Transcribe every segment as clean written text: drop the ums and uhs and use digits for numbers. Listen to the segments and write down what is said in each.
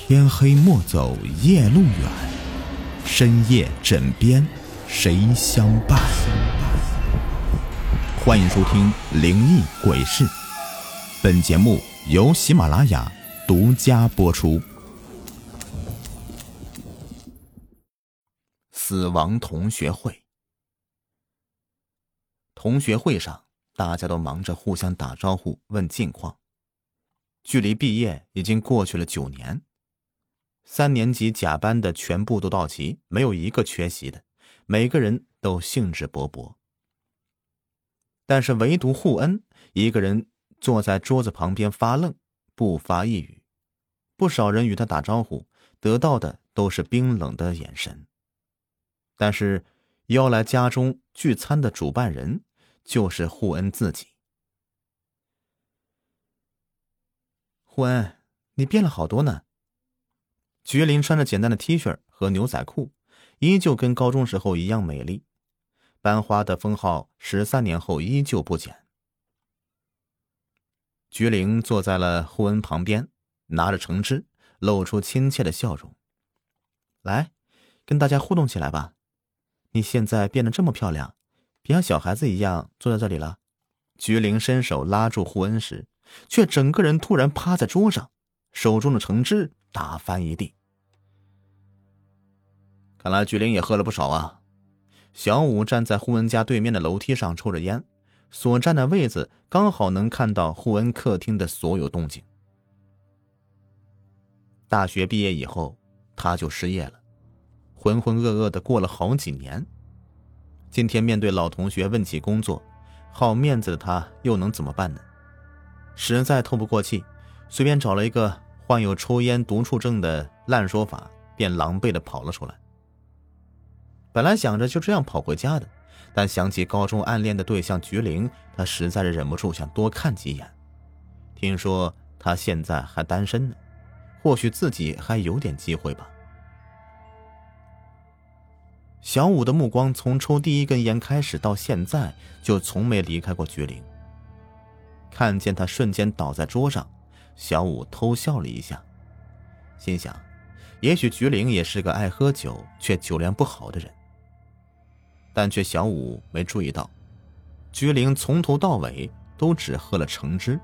天黑莫走夜路远，深夜枕边谁相伴？欢迎收听灵异鬼事，本节目由喜马拉雅独家播出。死亡同学会。同学会上，大家都忙着互相打招呼问近况。距离毕业已经过去了9年，3年级甲班的全部都到齐，没有一个缺席的，每个人都兴致勃勃。但是唯独护恩一个人坐在桌子旁边发愣，不发一语。不少人与他打招呼，得到的都是冰冷的眼神。但是邀来家中聚餐的主办人就是护恩自己。护恩，你变了好多呢。菊林穿着简单的 T 恤和牛仔裤，依旧跟高中时候一样美丽，班花的封号13年后依旧不减。菊林坐在了护恩旁边，拿着橙汁，露出亲切的笑容。来，跟大家互动起来吧。你现在变得这么漂亮，别像小孩子一样坐在这里了。菊林伸手拉住护恩时，却整个人突然趴在桌上，手中的橙汁打翻一地。看来菊林也喝了不少啊。小武站在护恩家对面的楼梯上抽着烟，所站的位子刚好能看到护恩客厅的所有动静。大学毕业以后，他就失业了，浑浑噩噩的过了好几年。今天面对老同学问起工作，好面子的他又能怎么办呢？实在透不过气，随便找了一个患有抽烟毒处症的烂说法，便狼狈的跑了出来。本来想着就这样跑回家的，但想起高中暗恋的对象菊玲，他实在是忍不住想多看几眼。听说他现在还单身呢，或许自己还有点机会吧。小武的目光从抽第一根烟开始到现在就从没离开过菊玲。看见他瞬间倒在桌上，小武偷笑了一下，心想也许菊玲也是个爱喝酒却酒量不好的人。但却小武没注意到，菊玲从头到尾都只喝了橙汁。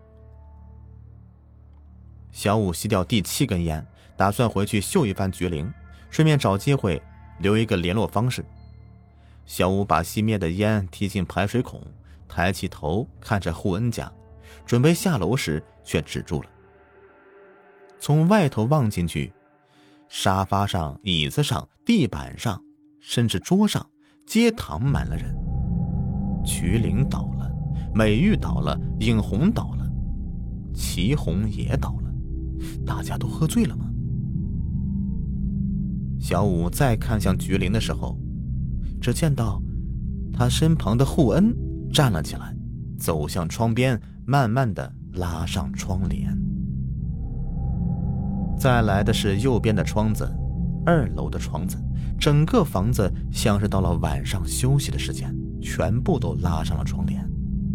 小武吸掉第7根烟，打算回去秀一番菊玲，顺便找机会留一个联络方式。小武把熄灭的烟踢进排水孔，抬起头看着护恩家，准备下楼时却止住了。从外头望进去，沙发上、椅子上、地板上，甚至桌上皆躺满了人。菊玲倒了，美玉倒了，影红倒了，祁红也倒了，大家都喝醉了吗？小武再看向菊玲的时候，只见到他身旁的护恩站了起来，走向窗边，慢慢地拉上窗帘。再来的是右边的窗子，2楼的窗子，整个房子像是到了晚上休息的时间，全部都拉上了窗帘。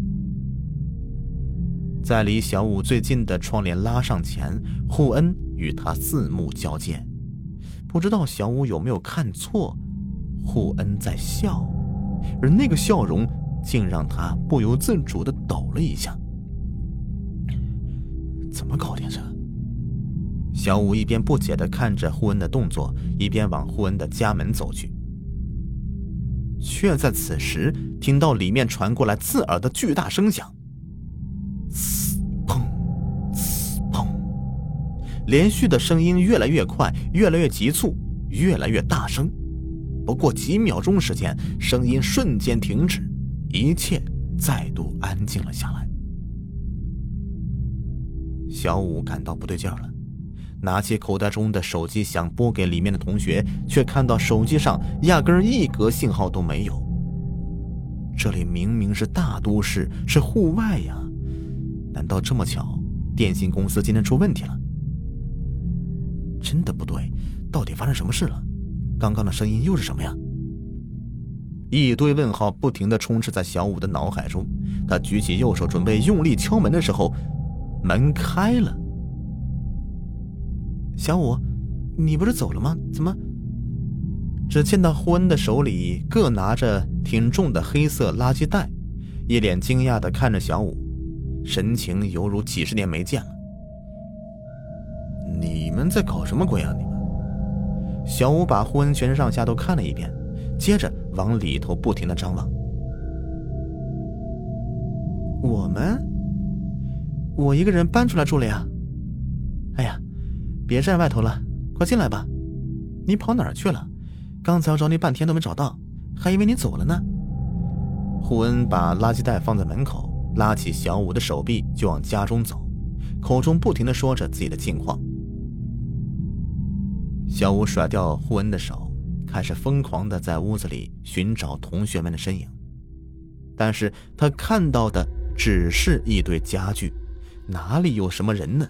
在离小武最近的窗帘拉上前，护恩与他四目交接。不知道小武有没有看错，护恩在笑，而那个笑容竟让他不由自主地抖了一下。怎么搞的这？小武一边不解地看着护恩的动作，一边往护恩的家门走去，却在此时听到里面传过来刺耳的巨大声响，呲砰呲砰，连续的声音越来越快，越来越急促，越来越大声。不过几秒钟时间，声音瞬间停止，一切再度安静了下来。小武感到不对劲了，拿起口袋中的手机想拨给里面的同学，却看到手机上压根一格信号都没有。这里明明是大都市，是户外呀，难道这么巧，电信公司今天出问题了？真的不对，到底发生什么事了？刚刚的声音又是什么呀？一堆问号不停地充斥在小武的脑海中。他举起右手准备用力敲门的时候，门开了。 小五，你不是走了吗？怎么？只见到霍恩的手里各拿着挺重的黑色垃圾袋，一脸惊讶地看着小五，神情犹如几十年没见了。你们在搞什么鬼啊你们？小五把霍恩全身上下都看了一遍，接着往里头不停地张望。我一个人搬出来住了呀。哎呀，别站外头了，快进来吧。你跑哪儿去了？刚才我找你半天都没找到，还以为你走了呢。霍恩把垃圾袋放在门口，拉起小五的手臂就往家中走，口中不停地说着自己的近况。小五甩掉霍恩的手，开始疯狂地在屋子里寻找同学们的身影，但是他看到的只是一堆家具，哪里有什么人呢？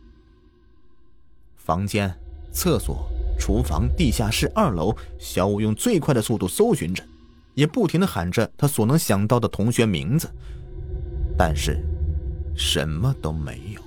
房间、厕所、厨房、地下室、2楼，小五用最快的速度搜寻着，也不停地喊着他所能想到的同学名字，但是什么都没有。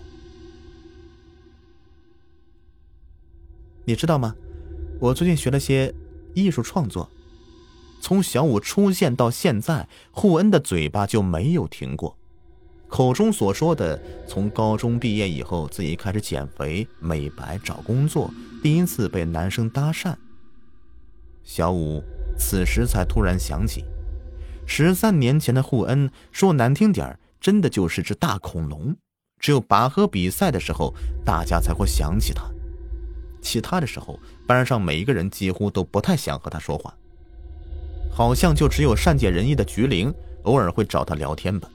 你知道吗？我最近学了些艺术创作。从小五出现到现在，霍恩的嘴巴就没有停过，口中所说的从高中毕业以后自己开始减肥、美白、找工作，第一次被男生搭讪。小五此时才突然想起13年前的霍恩，说难听点真的就是只大恐龙，只有拔河比赛的时候大家才会想起他，其他的时候班上每一个人几乎都不太想和他说话，好像就只有善解人意的菊玲偶尔会找他聊天吧。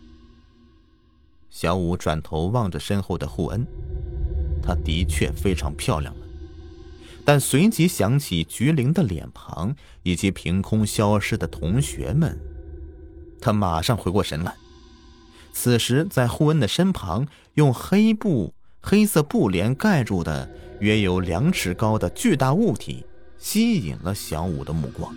小五转头望着身后的霍恩，她的确非常漂亮了，但随即想起菊玲的脸庞以及凭空消失的同学们，他马上回过神来。此时在霍恩的身旁，用黑色布帘盖住的约有2尺高的巨大物体吸引了小五的目光。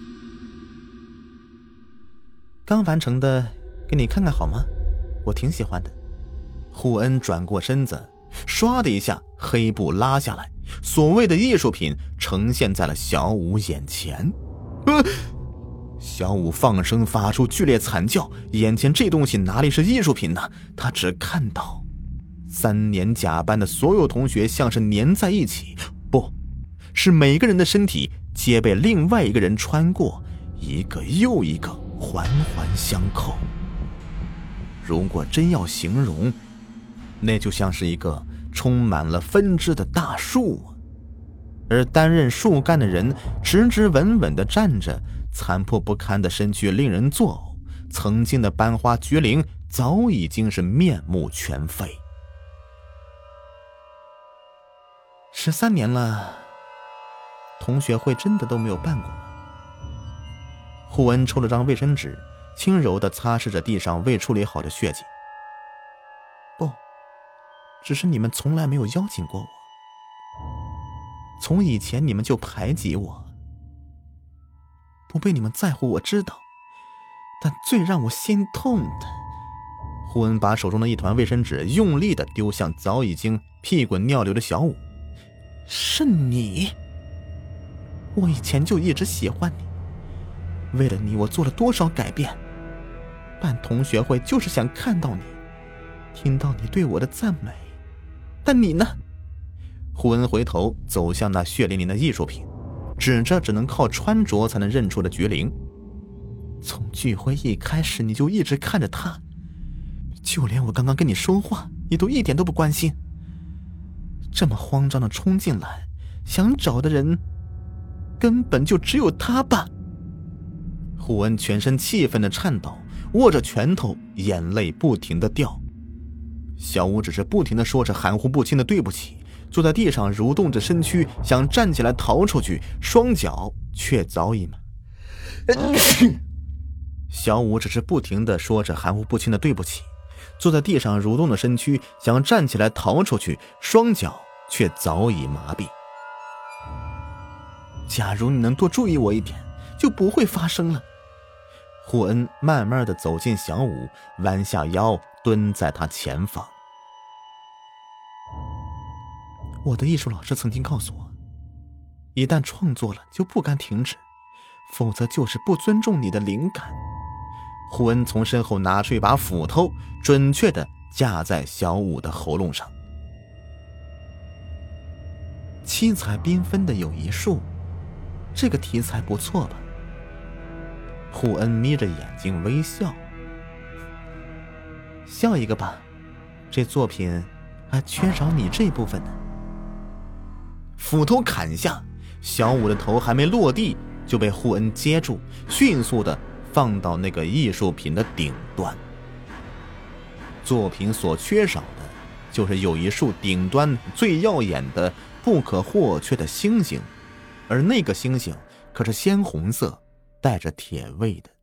刚完成的，给你看看好吗？我挺喜欢的。霍恩转过身子，唰的一下，黑布拉下来，所谓的艺术品呈现在了小五眼前。小五放声发出剧烈惨叫，眼前这东西哪里是艺术品呢？他只看到3年甲班的所有同学像是粘在一起，不是每个人的身体皆被另外一个人穿过，一个又一个环环相扣。如果真要形容，那就像是一个充满了分支的大树，而担任树干的人直直稳稳地站着，残破不堪的身躯令人作呕，曾经的班花菊玲早已经是面目全非。13年了，同学会真的都没有办过吗？霍恩抽了张卫生纸，轻柔地擦拭着地上未处理好的血迹。不，只是你们从来没有邀请过我，从以前你们就排挤我，不被你们在乎我知道，但最让我心痛的……霍恩把手中的一团卫生纸用力地丢向早已经屁滚尿流的小五。是你，我以前就一直喜欢你，为了你我做了多少改变，办同学会就是想看到你，听到你对我的赞美，但你呢？霍恩回头走向那血淋淋的艺术品，指着只能靠穿着才能认出的菊玲。从聚会一开始你就一直看着他，就连我刚刚跟你说话你都一点都不关心，这么慌张的冲进来，想找的人根本就只有他吧。霍恩全身气愤的颤抖，握着拳头，眼泪不停的掉。小五只是不停的说着含糊不清的对不起，坐在地上蠕动着身躯，想站起来逃出去，双脚却早已小五只是不停地说着含糊不清的对不起，坐在地上蠕动的身躯，想站起来逃出去，双脚却早已麻痹。假如你能多注意我一点，就不会发生了。霍恩慢慢地走进小五，弯下腰蹲在他前方。 我的艺术老师曾经告诉我，一旦创作了就不敢停止，否则就是不尊重你的灵感。胡恩从身后拿出一把斧头，准确地架在小五的喉咙上。七彩缤纷的友谊树，这个题材不错吧？胡恩眯着眼睛微笑。笑一个吧，这作品还缺少你这部分呢。斧头砍下，小五的头还没落地，就被胡恩接住，迅速地放到那个艺术品的顶端。作品所缺少的就是友谊树顶端最耀眼的不可或缺的星星，而那个星星可是鲜红色带着铁味的。